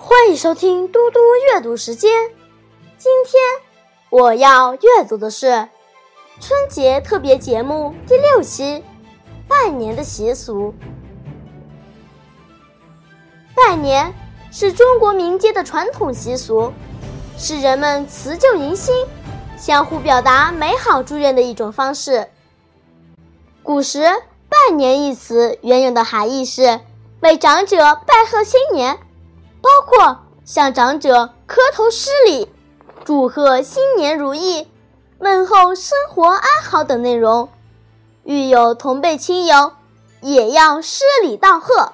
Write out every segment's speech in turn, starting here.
欢迎收听嘟嘟阅读时间。今天我要阅读的是春节特别节目第6期拜年的习俗。拜年是中国民间的传统习俗，是人们辞旧迎新、相互表达美好祝愿的一种方式。古时拜年一词原有的含义是为长者拜贺新年，包括向长者磕头施礼、祝贺新年如意、问候生活安好等内容。遇有同辈亲友，也要施礼道贺。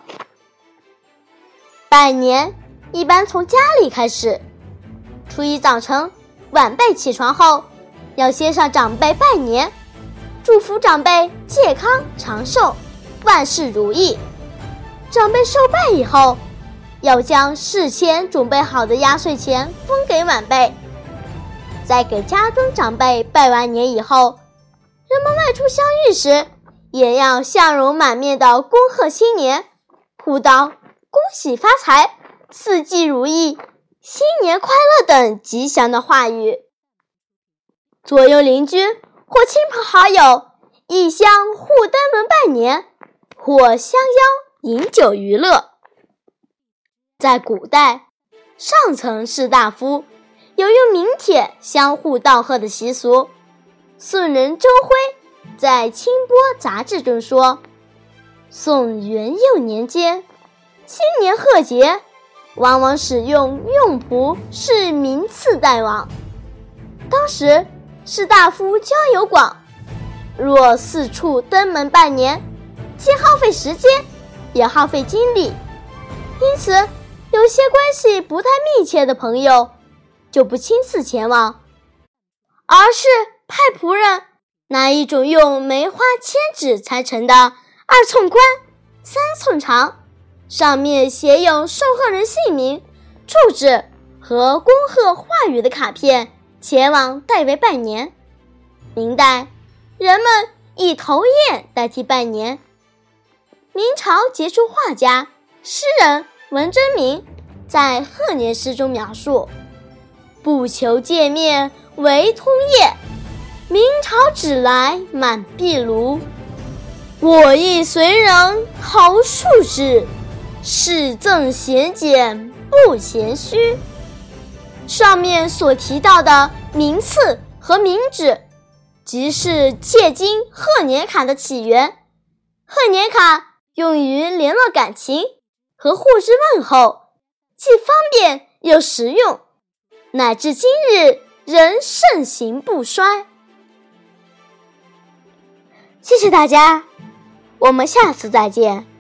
拜年一般从家里开始，初一早晨，晚辈起床后，要先向长辈拜年，祝福长辈健康长寿，万事如意。长辈受拜以后，要将事前准备好的压岁钱分给晚辈。在给家中长辈拜完年以后，人们外出相遇时，也要笑容满面地恭贺新年，พู道恭喜发财、四季如意、新年快乐等吉祥的话语。左右邻居或亲朋好友亦相互登门拜年，或相邀饮酒娱乐。在古代，上层士大夫有用名帖相互道贺的习俗。宋人周辉在《清波》杂志中说，宋元佑年间，新年贺节往往使用用仆是名次代往。当时士大夫交友广，若四处登门拜年，既耗费时间，也耗费精力，因此有些关系不太密切的朋友就不亲自前往，而是派仆人拿一种用梅花铅纸裁成的2寸宽、3寸长，上面写有受贺人姓名、住址和恭贺话语的卡片前往代为拜年。明代人们以头砚代替拜年。明朝杰出画家、诗人文征明在贺年诗中描述，不求见面唯通砚，明朝纸来满壁炉。我亦随人桃树枝，是赠贤俭不谦虚。上面所提到的名次和名纸，即是借今贺年卡的起源。贺年卡用于联络感情和互致问候，既方便又实用，乃至今日仍盛行不衰。谢谢大家，我们下次再见。